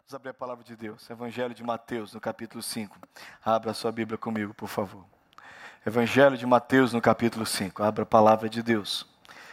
Vamos abrir a palavra de Deus. Evangelho de Mateus, no capítulo 5. Abra a sua Bíblia comigo, por favor. Evangelho de Mateus, no capítulo 5. Abra a palavra de Deus.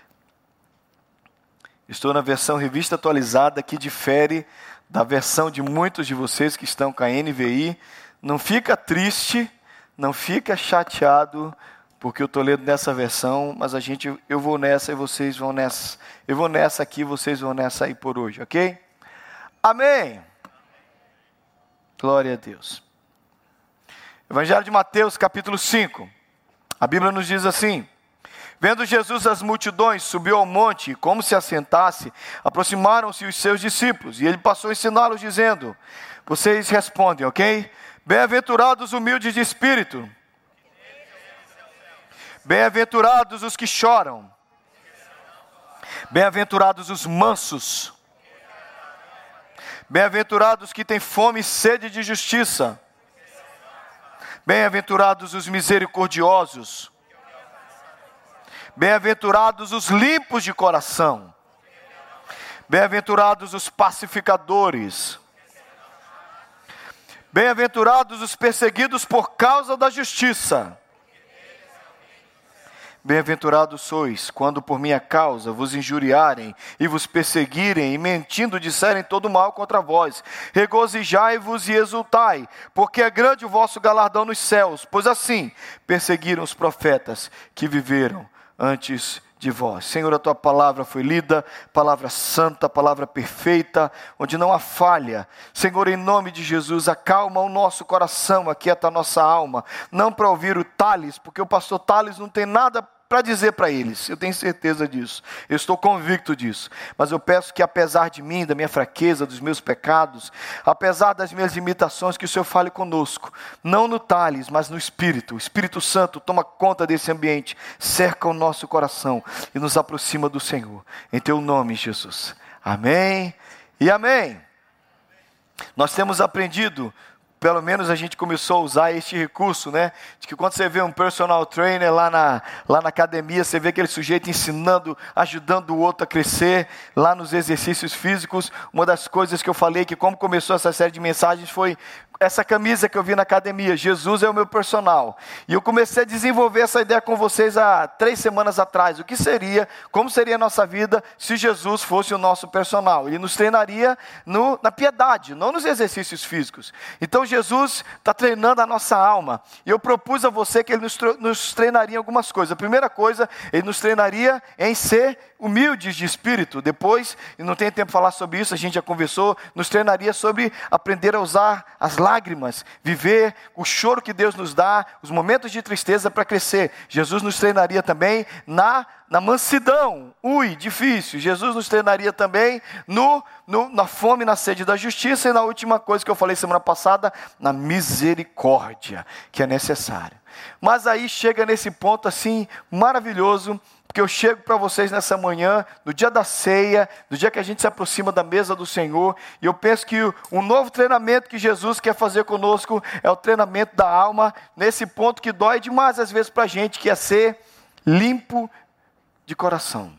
Estou na versão revista atualizada, que difere da versão de muitos de vocês que estão com a NVI. Não fica triste, não fica chateado, porque eu estou lendo nessa versão, mas eu vou nessa e vocês vão nessa. Eu vou nessa aqui, vocês vão nessa aí por hoje, ok? Amém! Glória a Deus. Evangelho de Mateus, capítulo 5. A Bíblia nos diz assim: vendo Jesus as multidões, subiu ao monte, e como se assentasse, aproximaram-se os seus discípulos, e ele passou a ensiná-los, dizendo, vocês respondem, ok? Bem-aventurados os humildes de espírito, bem-aventurados os que choram, bem-aventurados os mansos, bem-aventurados que têm fome e sede de justiça, bem-aventurados os misericordiosos, bem-aventurados os limpos de coração, bem-aventurados os pacificadores, bem-aventurados os perseguidos por causa da justiça. Bem-aventurados sois, quando por minha causa vos injuriarem e vos perseguirem e mentindo disserem todo mal contra vós. Regozijai-vos e exultai, porque é grande o vosso galardão nos céus, pois assim perseguiram os profetas que viveram antes de vós. Senhor, a tua palavra foi lida, palavra santa, palavra perfeita, onde não há falha. Senhor, em nome de Jesus, acalma o nosso coração, aquieta a nossa alma, não para ouvir o Thales, porque o pastor Thales não tem nada para dizer para eles, eu tenho certeza disso, eu estou convicto disso, mas eu peço que apesar de mim, da minha fraqueza, dos meus pecados, apesar das minhas limitações, que o Senhor fale conosco, não no Thales, mas no Espírito. O Espírito Santo toma conta desse ambiente, cerca o nosso coração e nos aproxima do Senhor, em teu nome, Jesus, amém e amém. Nós temos aprendido, pelo menos a gente começou a usar este recurso, né? De que quando você vê um personal trainer lá na academia, você vê aquele sujeito ensinando, ajudando o outro a crescer, lá nos exercícios físicos. Uma das coisas que eu falei, que como começou essa série de mensagens, foi essa camisa que eu vi na academia, Jesus é o meu personal. E eu comecei a desenvolver essa ideia com vocês há 3 semanas atrás. O que seria, como seria a nossa vida se Jesus fosse o nosso personal? Ele nos treinaria na piedade, não nos exercícios físicos. Então Jesus está treinando a nossa alma. E eu propus a você que ele nos treinaria em algumas coisas. A primeira coisa, ele nos treinaria em ser humildes de espírito. Depois, e não tem tempo de falar sobre isso, a gente já conversou, nos treinaria sobre aprender a usar as lágrimas, viver o choro que Deus nos dá, os momentos de tristeza para crescer. Jesus nos treinaria também na mansidão, difícil. Jesus nos treinaria também na fome e na sede da justiça, e na última coisa que eu falei semana passada, na misericórdia, que é necessária. Mas aí chega nesse ponto assim, maravilhoso, porque eu chego para vocês nessa manhã, no dia da ceia, no dia que a gente se aproxima da mesa do Senhor, e eu penso que um novo treinamento que Jesus quer fazer conosco, é o treinamento da alma, nesse ponto que dói demais às vezes para a gente, que é ser limpo de coração.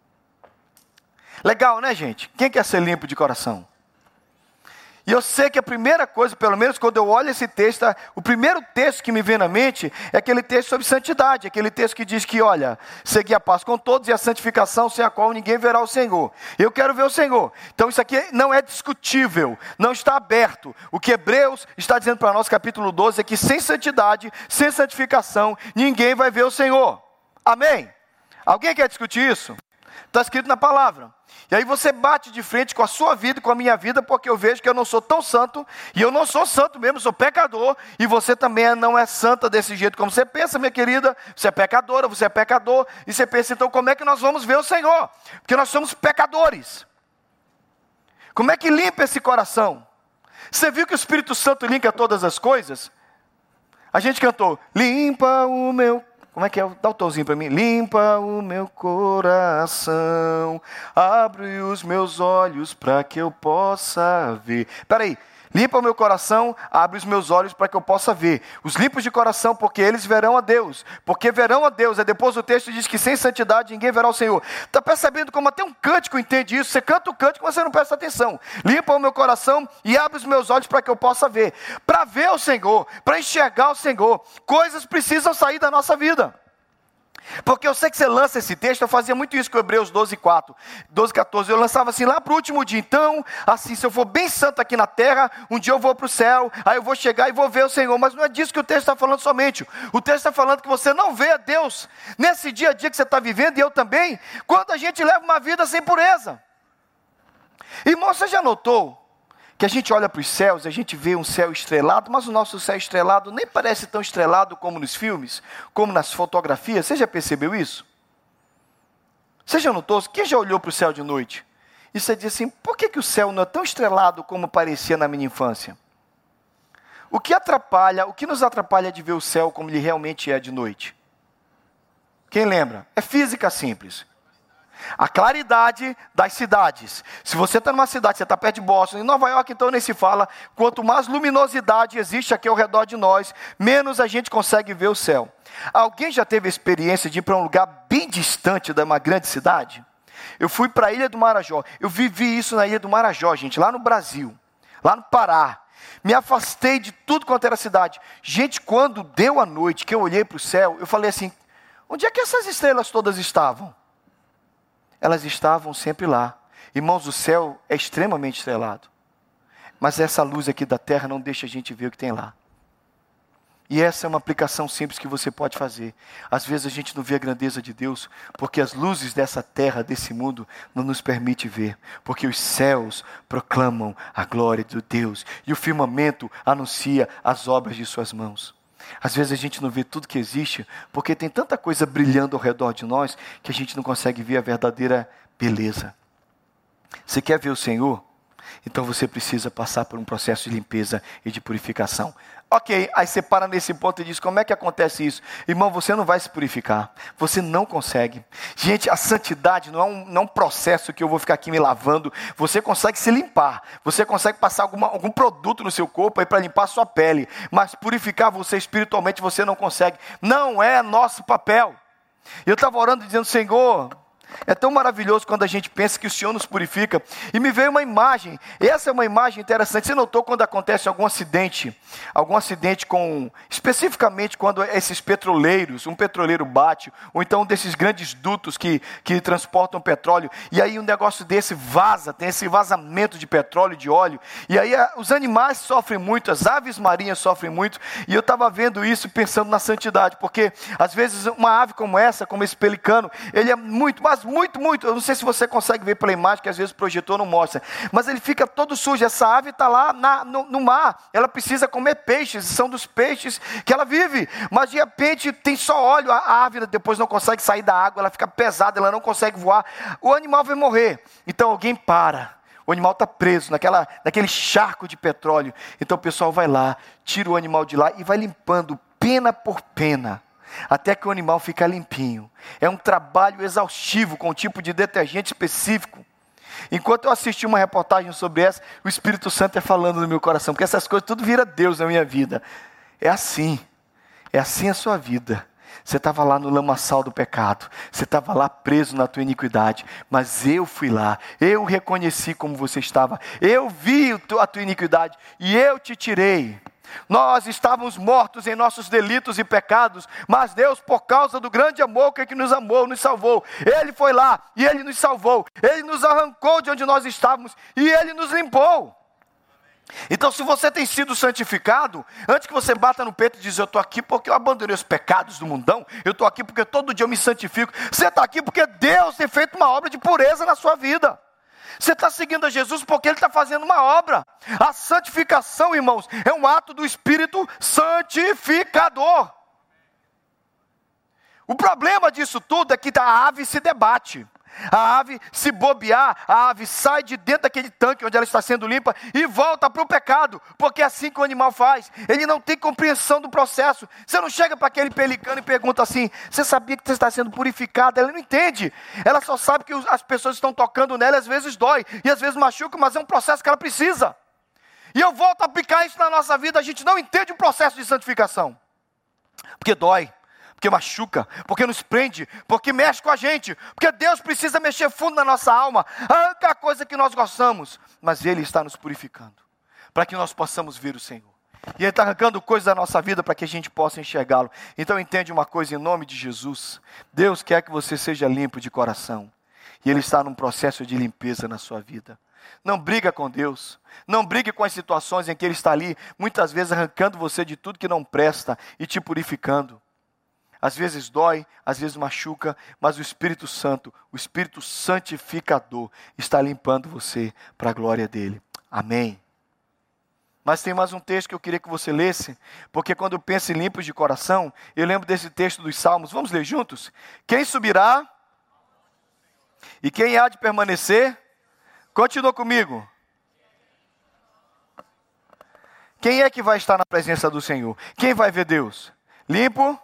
Legal, né, gente? Quem quer ser limpo de coração? E eu sei que a primeira coisa, pelo menos quando eu olho esse texto, o primeiro texto que me vem na mente é aquele texto sobre santidade, aquele texto que diz que, olha, segui a paz com todos e a santificação sem a qual ninguém verá o Senhor. Eu quero ver o Senhor. Então isso aqui não é discutível, não está aberto. O que Hebreus está dizendo para nós, capítulo 12, é que sem santidade, sem santificação, ninguém vai ver o Senhor. Amém? Alguém quer discutir isso? Está escrito na palavra. E aí você bate de frente com a sua vida e com a minha vida, porque eu vejo que eu não sou tão santo, e eu não sou santo mesmo, sou pecador, e você também não é santa desse jeito como você pensa, minha querida. Você é pecadora, você é pecador, e você pensa, então como é que nós vamos ver o Senhor? Porque nós somos pecadores. Como é que limpa esse coração? Você viu que o Espírito Santo limpa todas as coisas? A gente cantou, limpa o meu... Como é que é? Dá o tomzinho para mim. Limpa o meu coração, abre os meus olhos para que eu possa ver. Espera aí. Limpa o meu coração, abre os meus olhos para que eu possa ver. Os limpos de coração, porque eles verão a Deus. Porque verão a Deus. Depois o texto diz que sem santidade ninguém verá o Senhor. Está percebendo como até um cântico entende isso? Você canta o cântico, mas você não presta atenção. Limpa o meu coração e abre os meus olhos para que eu possa ver. Para ver o Senhor, para enxergar o Senhor, coisas precisam sair da nossa vida. Porque eu sei que você lança esse texto, eu fazia muito isso com Hebreus 12:4, 12:14, eu lançava assim lá para o último dia. Então, assim, se eu for bem santo aqui na terra, um dia eu vou para o céu, aí eu vou chegar e vou ver o Senhor. Mas não é disso que o texto está falando somente. O texto está falando que você não vê a Deus nesse dia a dia que você está vivendo, e eu também, quando a gente leva uma vida sem pureza. Irmão, você já notou que a gente olha para os céus e a gente vê um céu estrelado, mas o nosso céu estrelado nem parece tão estrelado como nos filmes, como nas fotografias? Você já percebeu isso? Você já notou? Quem já olhou para o céu de noite? E você diz assim, por que o céu não é tão estrelado como parecia na minha infância? O que nos atrapalha de ver o céu como ele realmente é de noite? Quem lembra? É física simples. A claridade das cidades. Se você está numa cidade, você está perto de Boston, em Nova York então nem se fala, quanto mais luminosidade existe aqui ao redor de nós, menos a gente consegue ver o céu. Alguém já teve a experiência de ir para um lugar bem distante de uma grande cidade? Eu fui para a Ilha do Marajó, eu vivi isso na Ilha do Marajó, gente, lá no Brasil, lá no Pará. Me afastei de tudo quanto era cidade. Gente, quando deu a noite, que eu olhei para o céu, eu falei assim, onde é que essas estrelas todas estavam? Elas estavam sempre lá. Irmãos, o céu é extremamente estrelado. Mas essa luz aqui da terra não deixa a gente ver o que tem lá. E essa é uma aplicação simples que você pode fazer. Às vezes a gente não vê a grandeza de Deus, porque as luzes dessa terra, desse mundo, não nos permite ver. Porque os céus proclamam a glória de Deus. E o firmamento anuncia as obras de suas mãos. Às vezes a gente não vê tudo que existe, porque tem tanta coisa brilhando ao redor de nós, que a gente não consegue ver a verdadeira beleza. Você quer ver o Senhor? Então você precisa passar por um processo de limpeza e de purificação. Ok, aí você para nesse ponto e diz, como é que acontece isso? Irmão, você não vai se purificar, você não consegue. Gente, a santidade não é um processo que eu vou ficar aqui me lavando. Você consegue se limpar, você consegue passar algum produto no seu corpo aí para limpar a sua pele, mas purificar você espiritualmente você não consegue. Não é nosso papel. Eu estava orando dizendo, Senhor, é tão maravilhoso quando a gente pensa que o Senhor nos purifica. E me veio uma imagem, essa é uma imagem interessante. Você notou quando acontece algum acidente especificamente quando esses petroleiros, um petroleiro bate, ou então desses grandes dutos que transportam petróleo, e aí um negócio desse vaza, tem esse vazamento de petróleo e de óleo, e aí os animais sofrem muito, as aves marinhas sofrem muito, e eu estava vendo isso pensando na santidade, porque às vezes uma ave como essa, como esse pelicano, ele é muito, eu não sei se você consegue ver pela imagem, que às vezes o projetor não mostra, mas ele fica todo sujo. Essa ave está lá no mar, ela precisa comer peixes, são dos peixes que ela vive, mas de repente tem só óleo, a ave depois não consegue sair da água, ela fica pesada, ela não consegue voar, o animal vai morrer. Então alguém para, o animal está preso naquele charco de petróleo, então o pessoal vai lá, tira o animal de lá e vai limpando pena por pena, até que o animal fica limpinho. É um trabalho exaustivo com um tipo de detergente específico. Enquanto eu assisti uma reportagem sobre essa, o Espírito Santo é falando no meu coração, porque essas coisas tudo vira Deus na minha vida. É assim a sua vida. Você estava lá no lamaçal do pecado, você estava lá preso na tua iniquidade, mas eu fui lá, eu reconheci como você estava, eu vi a tua iniquidade e eu te tirei. Nós estávamos mortos em nossos delitos e pecados, mas Deus, por causa do grande amor que nos amou, nos salvou. Ele foi lá e Ele nos salvou, Ele nos arrancou de onde nós estávamos e Ele nos limpou. Então, se você tem sido santificado, antes que você bata no peito e diz, eu estou aqui porque eu abandonei os pecados do mundão, eu estou aqui porque todo dia eu me santifico, você está aqui porque Deus tem feito uma obra de pureza na sua vida. Você está seguindo a Jesus porque Ele está fazendo uma obra. A santificação, irmãos, é um ato do Espírito santificador. O problema disso tudo é que a ave se debate. A ave, se bobear, a ave sai de dentro daquele tanque onde ela está sendo limpa e volta para o pecado, porque é assim que o animal faz. Ele não tem compreensão do processo. Você não chega para aquele pelicano e pergunta assim, você sabia que você está sendo purificado? Ela não entende. Ela só sabe que as pessoas estão tocando nela, às vezes dói, e às vezes machuca, mas é um processo que ela precisa. E eu volto a aplicar isso na nossa vida, a gente não entende o processo de santificação. Porque dói, porque machuca, porque nos prende, porque mexe com a gente, porque Deus precisa mexer fundo na nossa alma, arranca a coisa que nós gostamos, mas Ele está nos purificando, para que nós possamos ver o Senhor. E Ele está arrancando coisas da nossa vida para que a gente possa enxergá-lo. Então entende uma coisa em nome de Jesus, Deus quer que você seja limpo de coração, e Ele está num processo de limpeza na sua vida. Não briga com Deus, não brigue com as situações em que Ele está ali, muitas vezes arrancando você de tudo que não presta e te purificando. Às vezes dói, às vezes machuca, mas o Espírito Santo, o Espírito Santificador, está limpando você para a glória dEle. Amém. Mas tem mais um texto que eu queria que você lesse, porque quando eu penso em limpos de coração, eu lembro desse texto dos Salmos. Vamos ler juntos? Quem subirá e quem há de permanecer? Continua comigo. Quem é que vai estar na presença do Senhor? Quem vai ver Deus? Limpo?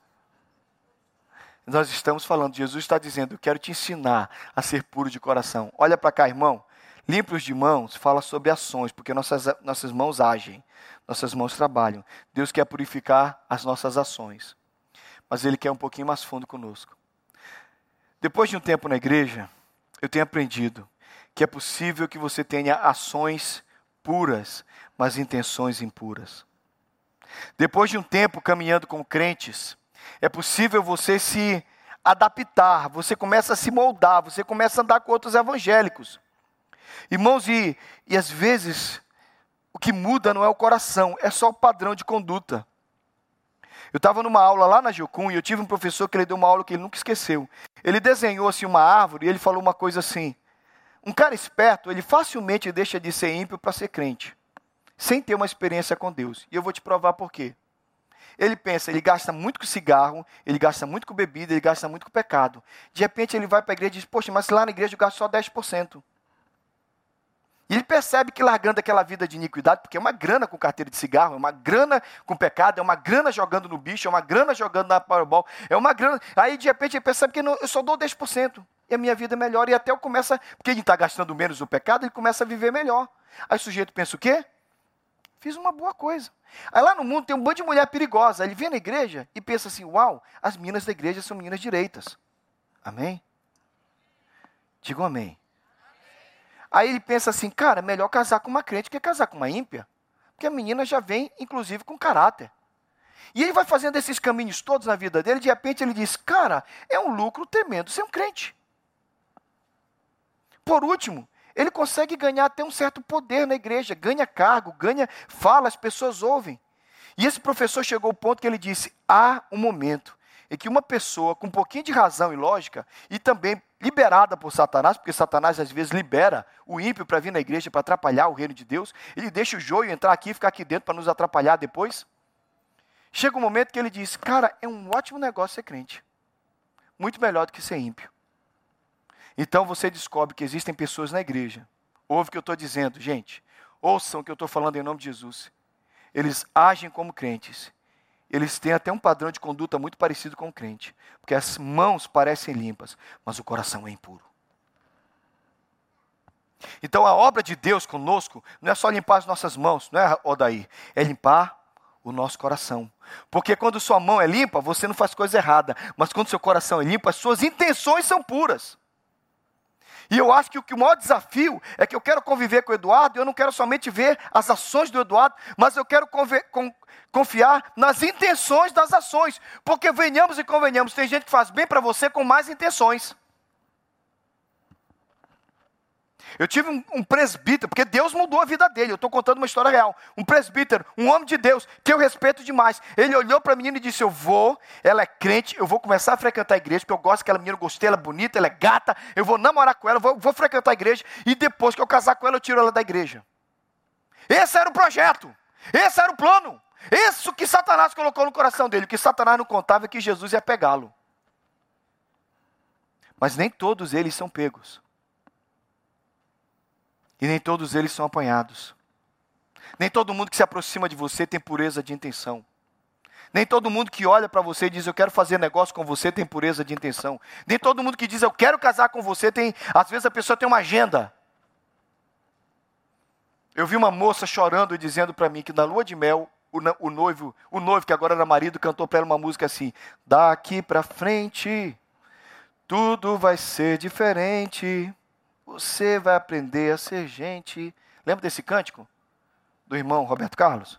Nós estamos falando, Jesus está dizendo, eu quero te ensinar a ser puro de coração. Olha para cá, irmão. Limpos de mãos fala sobre ações, porque nossas mãos agem, nossas mãos trabalham. Deus quer purificar as nossas ações, mas Ele quer um pouquinho mais fundo conosco. Depois de um tempo na igreja, eu tenho aprendido que é possível que você tenha ações puras, mas intenções impuras. Depois de um tempo caminhando com crentes, é possível você se adaptar, você começa a se moldar, você começa a andar com outros evangélicos. Irmãos, e às vezes, o que muda não é o coração, é só o padrão de conduta. Eu estava numa aula lá na Jocum e eu tive um professor que ele deu uma aula que ele nunca esqueceu. Ele desenhou assim uma árvore e ele falou uma coisa assim, um cara esperto, ele facilmente deixa de ser ímpio para ser crente, sem ter uma experiência com Deus. E eu vou te provar por quê. Ele pensa, ele gasta muito com cigarro, ele gasta muito com bebida, ele gasta muito com pecado. De repente ele vai para a igreja e diz, poxa, mas lá na igreja eu gasto só 10%. E ele percebe que largando aquela vida de iniquidade, porque é uma grana com carteira de cigarro, é uma grana com pecado, é uma grana jogando no bicho, é uma grana jogando na Powerball, é uma grana... Aí de repente ele percebe que eu só dou 10%. E a minha vida é melhor. E até eu começo, porque ele está gastando menos no pecado, ele começa a viver melhor. Aí o sujeito pensa o quê? Fiz uma boa coisa. Aí lá no mundo tem um bando de mulher perigosa. Ele vem na igreja e pensa assim, uau, as meninas da igreja são meninas direitas. Amém? Digam amém. Aí ele pensa assim, cara, é melhor casar com uma crente que casar com uma ímpia. Porque a menina já vem, inclusive, com caráter. E ele vai fazendo esses caminhos todos na vida dele, de repente ele diz, cara, é um lucro tremendo ser um crente. Por último, ele consegue ganhar até um certo poder na igreja, ganha cargo, ganha fala, as pessoas ouvem. E esse professor chegou ao ponto que ele disse, há um momento em que uma pessoa com um pouquinho de razão e lógica, e também liberada por Satanás, porque Satanás às vezes libera o ímpio para vir na igreja, para atrapalhar o reino de Deus, ele deixa o joio entrar aqui e ficar aqui dentro para nos atrapalhar depois. Chega um momento que ele diz, cara, é um ótimo negócio ser crente, muito melhor do que ser ímpio. Então você descobre que existem pessoas na igreja, ouve o que eu estou dizendo, gente, ouçam o que eu estou falando em nome de Jesus, eles agem como crentes, eles têm até um padrão de conduta muito parecido com o crente, porque as mãos parecem limpas, mas o coração é impuro. Então a obra de Deus conosco não é só limpar as nossas mãos, não é, Odair? É limpar o nosso coração. Porque quando sua mão é limpa, você não faz coisa errada, mas quando seu coração é limpo, as suas intenções são puras. E eu acho que o maior desafio é que eu quero conviver com o Eduardo, e eu não quero somente ver as ações do Eduardo, mas eu quero confiar nas intenções das ações. Porque venhamos e convenhamos, tem gente que faz bem para você com más intenções. Eu tive um presbítero, porque Deus mudou a vida dele, eu estou contando uma história real. Um presbítero, um homem de Deus, que eu respeito demais. Ele olhou para a menina e disse, ela é crente, eu vou começar a frequentar a igreja, porque eu gosto daquela menina, eu gostei, ela é bonita, ela é gata, eu vou namorar com ela, vou frequentar a igreja, e depois que eu casar com ela, eu tiro ela da igreja. Esse era o projeto, esse era o plano, isso que Satanás colocou no coração dele. O que Satanás não contava é que Jesus ia pegá-lo. Mas nem todos eles são pegos. E nem todos eles são apanhados. Nem todo mundo que se aproxima de você tem pureza de intenção. Nem todo mundo que olha para você e diz, eu quero fazer negócio com você, tem pureza de intenção. Nem todo mundo que diz, eu quero casar com você, às vezes a pessoa tem uma agenda. Eu vi uma moça chorando e dizendo para mim que na lua de mel, o noivo que agora era marido, cantou para ela uma música assim: daqui para frente, tudo vai ser diferente, você vai aprender a ser gente. Lembra desse cântico? Do irmão Roberto Carlos?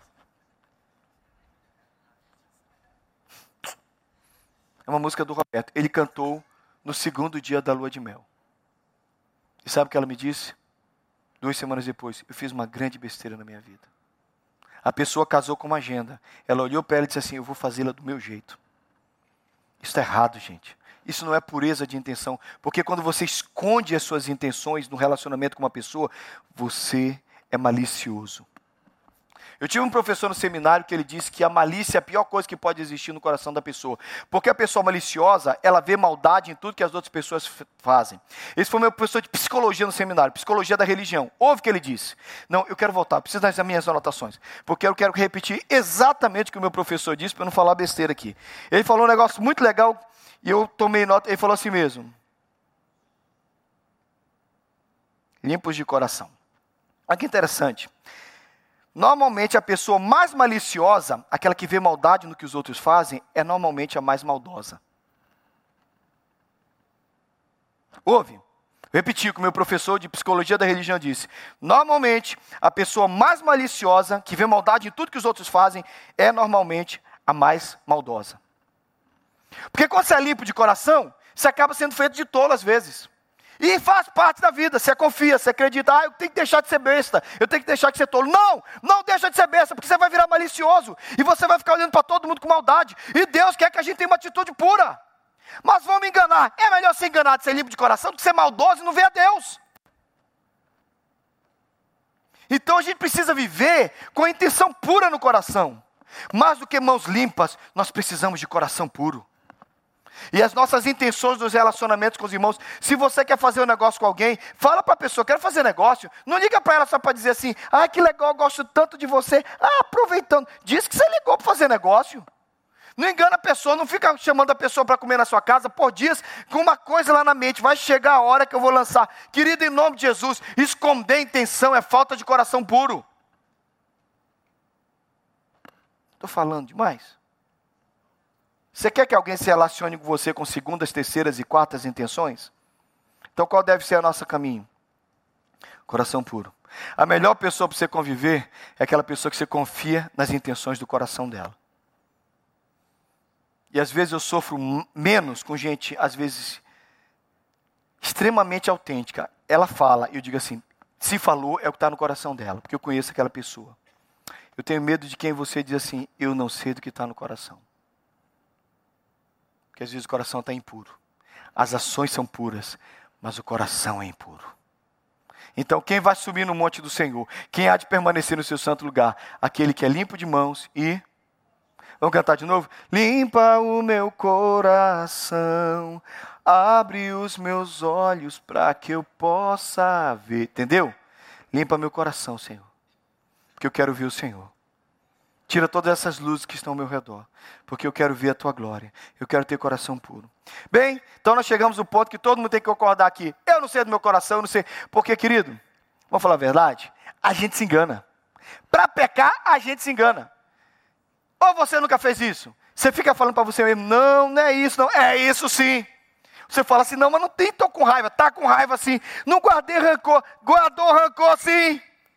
É uma música do Roberto. Ele cantou no segundo dia da lua de mel. E sabe o que ela me disse? 2 semanas depois, eu fiz uma grande besteira na minha vida. A pessoa casou com uma agenda. Ela olhou para ela e disse assim: eu vou fazê-la do meu jeito. Isso está errado, gente. Isso não é pureza de intenção. Porque quando você esconde as suas intenções no relacionamento com uma pessoa, você é malicioso. Eu tive um professor no seminário que ele disse que a malícia é a pior coisa que pode existir no coração da pessoa. Porque a pessoa maliciosa, ela vê maldade em tudo que as outras pessoas fazem. Esse foi meu professor de psicologia no seminário, psicologia da religião. Ouve o que ele disse. Não, eu quero voltar, preciso das minhas anotações. Porque eu quero repetir exatamente o que o meu professor disse, para eu não falar besteira aqui. Ele falou um negócio muito legal e eu tomei nota. Ele falou assim mesmo: limpos de coração. Olha que interessante. Normalmente a pessoa mais maliciosa, aquela que vê maldade no que os outros fazem, é normalmente a mais maldosa. Ouve? Repetir o que o meu professor de psicologia da religião disse. Normalmente a pessoa mais maliciosa, que vê maldade em tudo que os outros fazem, é normalmente a mais maldosa. Porque quando você é limpo de coração, você acaba sendo feito de tolo às vezes. E faz parte da vida, você confia, você acredita: eu tenho que deixar de ser besta, eu tenho que deixar de ser tolo. Não deixa de ser besta, porque você vai virar malicioso, e você vai ficar olhando para todo mundo com maldade, e Deus quer que a gente tenha uma atitude pura. Mas vamos enganar, é melhor ser enganado, ser limpo de coração, do que ser maldoso e não ver a Deus. Então a gente precisa viver com a intenção pura no coração. Mais do que mãos limpas, nós precisamos de coração puro. E as nossas intenções nos relacionamentos com os irmãos. Se você quer fazer um negócio com alguém, fala para a pessoa: quero fazer negócio. Não liga para ela só para dizer assim: que legal, eu gosto tanto de você. Aproveitando, diz que você ligou para fazer negócio. Não engana a pessoa, não fica chamando a pessoa para comer na sua casa por dias, com uma coisa lá na mente: vai chegar a hora que eu vou lançar. Querido, em nome de Jesus, esconder a intenção é falta de coração puro. Estou falando demais? Você quer que alguém se relacione com você com segundas, terceiras e quartas intenções? Então qual deve ser o nosso caminho? Coração puro. A melhor pessoa para você conviver é aquela pessoa que você confia nas intenções do coração dela. E às vezes eu sofro menos com gente, às vezes, extremamente autêntica. Ela fala, e eu digo assim: se falou, é o que está no coração dela, porque eu conheço aquela pessoa. Eu tenho medo de quem você diz assim: eu não sei do que está no coração. Porque às vezes o coração está impuro. As ações são puras, mas o coração é impuro. Então quem vai subir no monte do Senhor? Quem há de permanecer no seu santo lugar? Aquele que é limpo de mãos e... Vamos cantar de novo? Limpa o meu coração, abre os meus olhos para que eu possa ver. Entendeu? Limpa meu coração, Senhor, porque eu quero ver o Senhor. Tira todas essas luzes que estão ao meu redor, porque eu quero ver a tua glória. Eu quero ter coração puro. Bem, então nós chegamos ao ponto que todo mundo tem que concordar aqui. Eu não sei do meu coração, eu não sei. Porque, querido, vamos falar a verdade? A gente se engana. Para pecar, a gente se engana. Ou você nunca fez isso? Você fica falando para você mesmo: não é isso, não. É isso sim. Você fala assim: não, mas não tem, estou com raiva. Está com raiva sim. Não guardei rancor. Guardou rancor sim.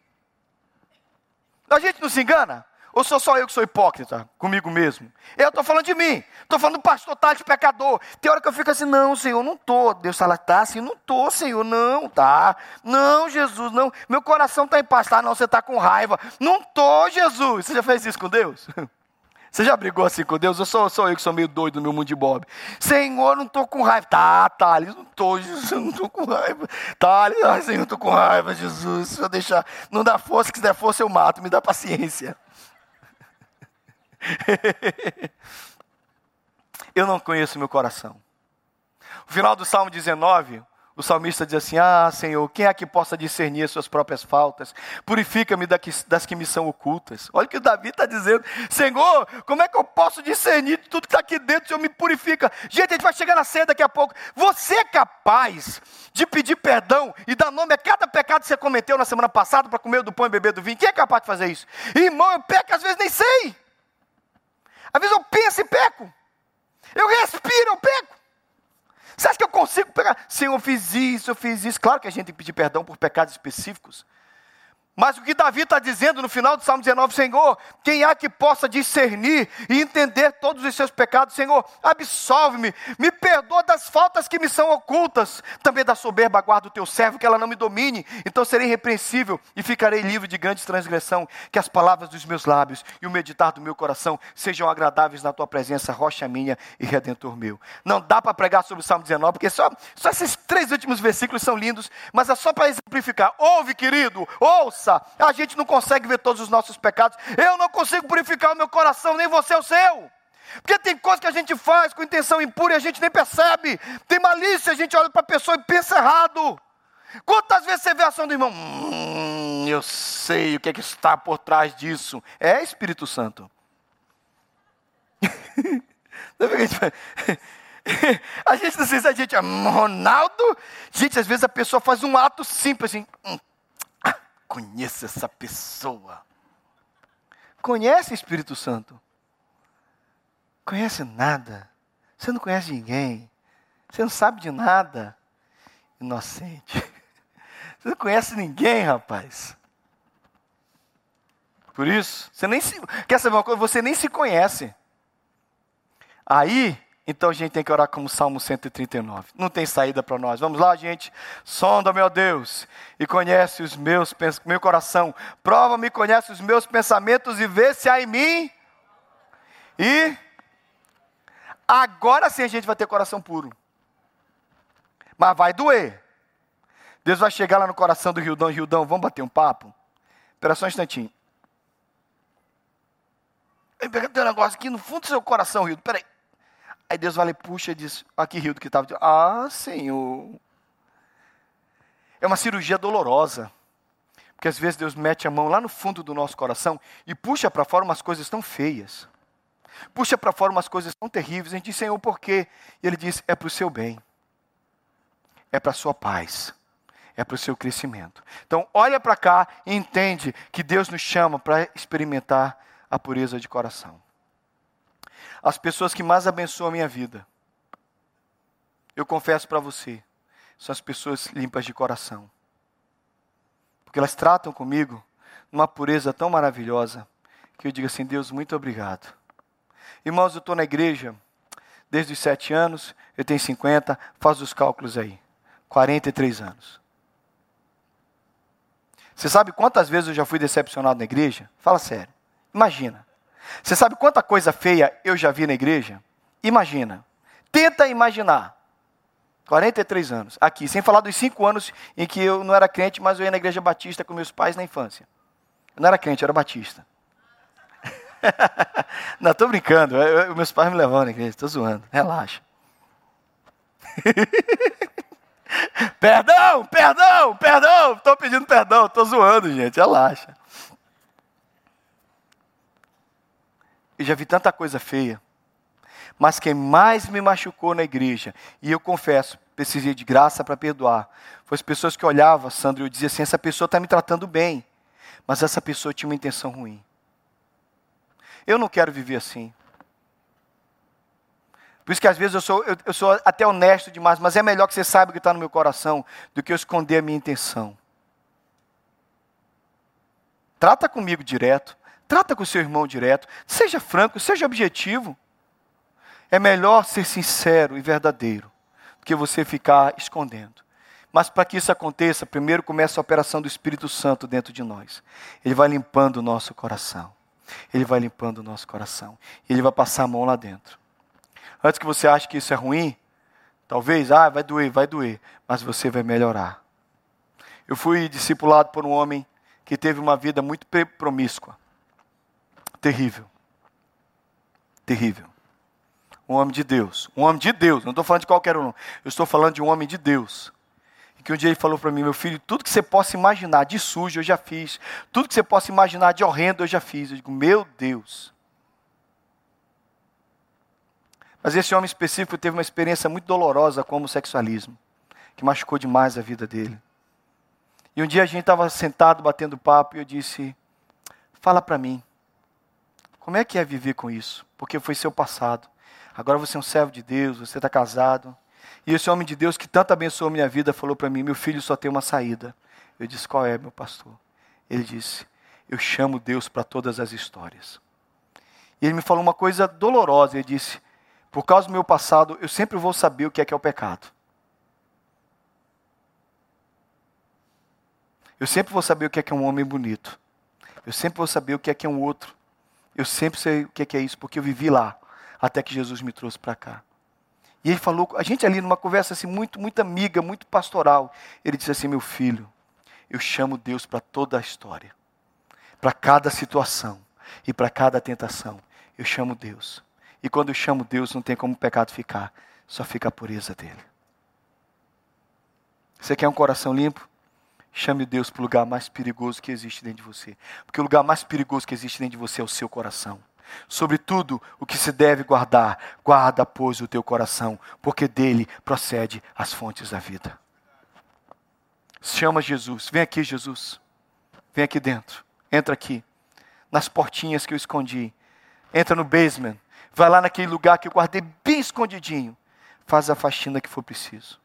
A gente não se engana? Ou sou só eu que sou hipócrita comigo mesmo? Eu estou falando de mim. Estou falando do pastor Thales, pecador. Tem hora que eu fico assim: não, Senhor, não estou. Deus fala: tá assim, não estou, Senhor, não, tá. Não, Jesus, não. Meu coração está em paz. Tá, não, você está com raiva. Não estou, Jesus. Você já fez isso com Deus? Você já brigou assim com Deus? Ou sou eu que sou meio doido no meu mundo de Bob? Senhor, não estou com raiva. Tá, Thales, não estou, Jesus, não estou com raiva. Thales, Senhor, não estou com raiva, Jesus. Se eu deixar, não dá força, se quiser força eu mato, me dá paciência. Eu não conheço meu coração. O final do Salmo 19, O salmista diz assim: Senhor, quem é que possa discernir as suas próprias faltas? Purifica-me das que me são ocultas. Olha o que o Davi está dizendo: Senhor, como é que eu posso discernir tudo que está aqui dentro? O Senhor me purifica. Gente, a gente vai chegar na ceia daqui a pouco. Você é capaz de pedir perdão e dar nome a cada pecado que você cometeu na semana passada para comer do pão e beber do vinho? Quem é capaz de fazer isso? Irmão, eu peco, às vezes nem sei. Às vezes eu penso e peco. Eu respiro, eu peco. Você acha que eu consigo pegar? Senhor, eu fiz isso. Claro que a gente tem que pedir perdão por pecados específicos. Mas o que Davi está dizendo no final do Salmo 19, Senhor, quem há que possa discernir e entender todos os seus pecados? Senhor, absolve-me, me perdoa das faltas que me são ocultas. Também da soberba guarda o teu servo, que ela não me domine. Então serei irrepreensível e ficarei livre de grande transgressão. Que as palavras dos meus lábios e o meditar do meu coração sejam agradáveis na tua presença, rocha minha e redentor meu. Não dá para pregar sobre o Salmo 19, porque só esses 3 últimos versículos são lindos, mas é só para exemplificar. Ouve, querido, ouça. A gente não consegue ver todos os nossos pecados. Eu não consigo purificar o meu coração, nem você o seu. Porque tem coisas que a gente faz com intenção impura e a gente nem percebe. Tem malícia, a gente olha para a pessoa e pensa errado. Quantas vezes você vê a ação do irmão? Eu sei o que é que está por trás disso. É Espírito Santo. A gente não sei se a gente é Ronaldo. Gente, às vezes a pessoa faz um ato simples assim. Conheço essa pessoa. Conhece Espírito Santo? Conhece nada. Você não conhece ninguém. Você não sabe de nada. Inocente. Você não conhece ninguém, rapaz. Por isso, você nem se... Quer saber uma coisa? Você nem se conhece. Aí, então a gente tem que orar como Salmo 139. Não tem saída para nós. Vamos lá, gente. Sonda, meu Deus, e conhece os meu coração. Prova-me, conhece os meus pensamentos e vê se há em mim. E agora sim a gente vai ter coração puro. Mas vai doer. Deus vai chegar lá no coração do Rildão. Rildão, vamos bater um papo? Espera só um instantinho. Tem um negócio aqui no fundo do seu coração, Rildo. Peraí. Aí Deus vai lá e puxa e diz, aqui Rildo que estava, Senhor. É uma cirurgia dolorosa. Porque às vezes Deus mete a mão lá no fundo do nosso coração e puxa para fora umas coisas tão feias. Puxa para fora umas coisas tão terríveis. A gente diz, Senhor, por quê? E Ele diz, é para o seu bem. É para a sua paz. É para o seu crescimento. Então olha para cá e entende que Deus nos chama para experimentar a pureza de coração. As pessoas que mais abençoam a minha vida, eu confesso para você, são as pessoas limpas de coração. Porque elas tratam comigo numa pureza tão maravilhosa, que eu digo assim, Deus, muito obrigado. Irmãos, eu estou na igreja desde os 7 anos, eu tenho 50, faz os cálculos aí, 43 anos. Você sabe quantas vezes eu já fui decepcionado na igreja? Fala sério, imagina. Você sabe quanta coisa feia eu já vi na igreja? Imagina. Tenta imaginar. 43 anos. Aqui, sem falar dos 5 anos em que eu não era crente, mas eu ia na igreja batista com meus pais na infância. Eu não era crente, eu era batista. Não, estou brincando. Meus pais me levavam na igreja, estou zoando. Relaxa. Perdão. Estou pedindo perdão, estou zoando, gente. Relaxa. Eu já vi tanta coisa feia. Mas quem mais me machucou na igreja, e eu confesso, precisei de graça para perdoar, foi as pessoas que olhavam, Sandro, e eu dizia assim, essa pessoa está me tratando bem, mas essa pessoa tinha uma intenção ruim. Eu não quero viver assim. Por isso que às vezes eu sou até honesto demais, mas é melhor que você saiba o que está no meu coração, do que eu esconder a minha intenção. Trata comigo direto. Trata com o seu irmão direto. Seja franco, seja objetivo. É melhor ser sincero e verdadeiro do que você ficar escondendo. Mas para que isso aconteça, primeiro começa a operação do Espírito Santo dentro de nós. Ele vai limpando o nosso coração. Ele vai limpando o nosso coração. Ele vai passar a mão lá dentro. Antes que você ache que isso é ruim, talvez, vai doer. Mas você vai melhorar. Eu fui discipulado por um homem que teve uma vida muito promíscua. Terrível. Um homem de Deus. Não estou falando de qualquer um. Eu estou falando de um homem de Deus. que um dia ele falou para mim: meu filho, tudo que você possa imaginar de sujo eu já fiz, tudo que você possa imaginar de horrendo eu já fiz. Eu digo: meu Deus. Mas esse homem específico teve uma experiência muito dolorosa com o homossexualismo, que machucou demais a vida dele. E um dia a gente estava sentado batendo papo e eu disse: fala para mim, como é que é viver com isso? Porque foi seu passado. Agora você é um servo de Deus, você está casado. E esse homem de Deus que tanto abençoou a minha vida falou para mim: meu filho, só tem uma saída. Eu disse: qual é, meu pastor? Ele disse: eu chamo Deus para todas as histórias. E ele me falou uma coisa dolorosa. Ele disse: por causa do meu passado, eu sempre vou saber o que é o pecado. Eu sempre vou saber o que é um homem bonito. Eu sempre vou saber o que é um outro. Eu sempre sei o que é isso, porque eu vivi lá, até que Jesus me trouxe para cá. E ele falou, a gente ali numa conversa assim, muito amiga, muito pastoral. Ele disse assim: meu filho, eu chamo Deus para toda a história. Para cada situação e para cada tentação. Eu chamo Deus. E quando eu chamo Deus, não tem como o pecado ficar. Só fica a pureza dele. Você quer um coração limpo? Chame Deus para o lugar mais perigoso que existe dentro de você. Porque o lugar mais perigoso que existe dentro de você é o seu coração. Sobretudo, o que se deve guardar, guarda, pois, o teu coração, porque dele procede as fontes da vida. Chama Jesus. Vem aqui, Jesus. Vem aqui dentro. Entra aqui. Nas portinhas que eu escondi. Entra no basement. Vai lá naquele lugar que eu guardei bem escondidinho. Faz a faxina que for preciso.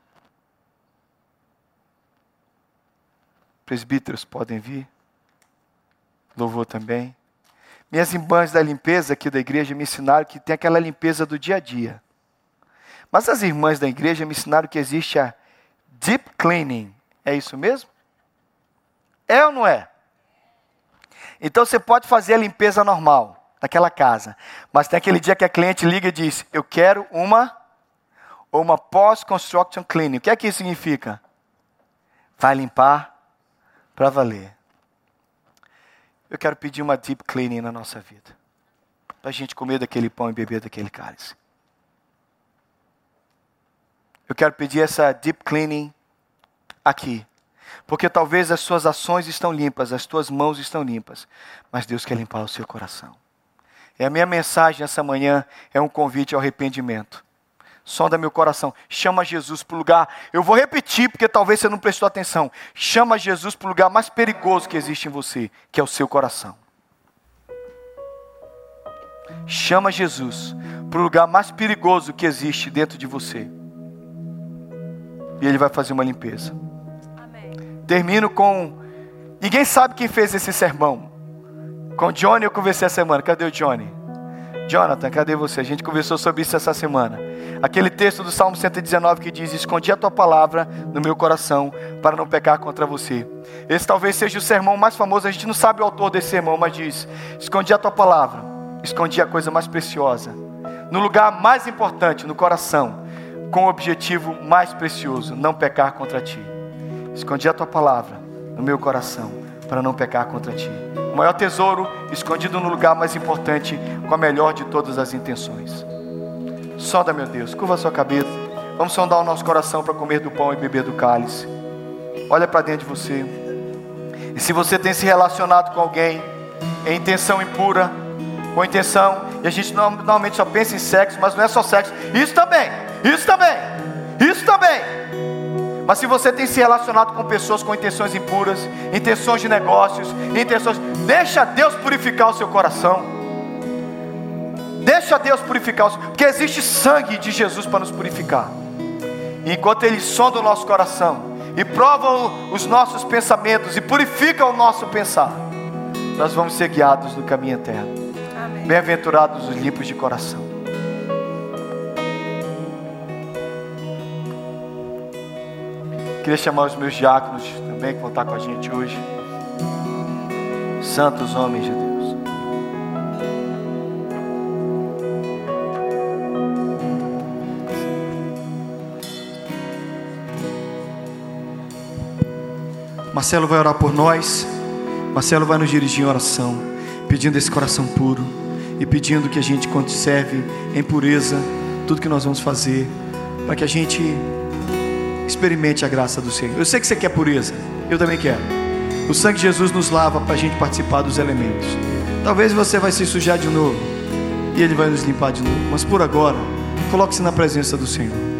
Presbíteros podem vir. Louvor também. Minhas irmãs da limpeza aqui da igreja me ensinaram que tem aquela limpeza do dia a dia. Mas as irmãs da igreja me ensinaram que existe a deep cleaning. É isso mesmo? É ou não é? Então você pode fazer a limpeza normal daquela casa. Mas tem aquele dia que a cliente liga e diz: eu quero uma post-construction cleaning. O que é que isso significa? Vai limpar para valer. Eu quero pedir uma deep cleaning na nossa vida. Para a gente comer daquele pão e beber daquele cálice. Eu quero pedir essa deep cleaning aqui. Porque talvez as suas ações estão limpas, as tuas mãos estão limpas. Mas Deus quer limpar o seu coração. E a minha mensagem essa manhã é um convite ao arrependimento. Sonda meu coração. Chama Jesus para o lugar. Eu vou repetir porque talvez você não prestou atenção. Chama Jesus para o lugar mais perigoso que existe em você, que é o seu coração. Chama Jesus para o lugar mais perigoso que existe dentro de você. E Ele vai fazer uma limpeza. Amém. Termino com... Ninguém sabe quem fez esse sermão. Com o Johnny eu conversei essa semana. Cadê o Johnny? Jonathan, cadê você? A gente conversou sobre isso essa semana. Aquele texto do Salmo 119 que diz: escondi a tua palavra no meu coração para não pecar contra você. Esse talvez seja o sermão mais famoso. A gente não sabe o autor desse sermão, mas diz: escondi a tua palavra, escondi a coisa mais preciosa no lugar mais importante, no coração, com o objetivo mais precioso: não pecar contra ti. Escondi a tua palavra no meu coração para não pecar contra ti. O maior tesouro escondido no lugar mais importante, com a melhor de todas as intenções. Sonda, meu Deus, curva a sua cabeça. Vamos sondar o nosso coração para comer do pão e beber do cálice. Olha para dentro de você. E se você tem se relacionado com alguém em intenção impura, com intenção, e a gente normalmente só pensa em sexo, mas não é só sexo. Isso também. Mas se você tem se relacionado com pessoas com intenções impuras, intenções de negócios, deixa Deus purificar o seu coração. Deixa Deus purificar, porque existe sangue de Jesus para nos purificar. E enquanto Ele sonda o nosso coração e prova os nossos pensamentos e purifica o nosso pensar, nós vamos ser guiados no caminho eterno. Amém. Bem-aventurados os limpos de coração. Queria chamar os meus diáconos também, que vão estar com a gente hoje. Santos homens de Deus. Marcelo vai orar por nós. Marcelo vai nos dirigir em oração, pedindo esse coração puro e pedindo que a gente conserve em pureza tudo que nós vamos fazer, para que a gente experimente a graça do Senhor. Eu sei que você quer pureza, eu também quero. O sangue de Jesus nos lava para a gente participar dos elementos. Talvez você vai se sujar de novo e Ele vai nos limpar de novo, mas por agora, coloque-se na presença do Senhor.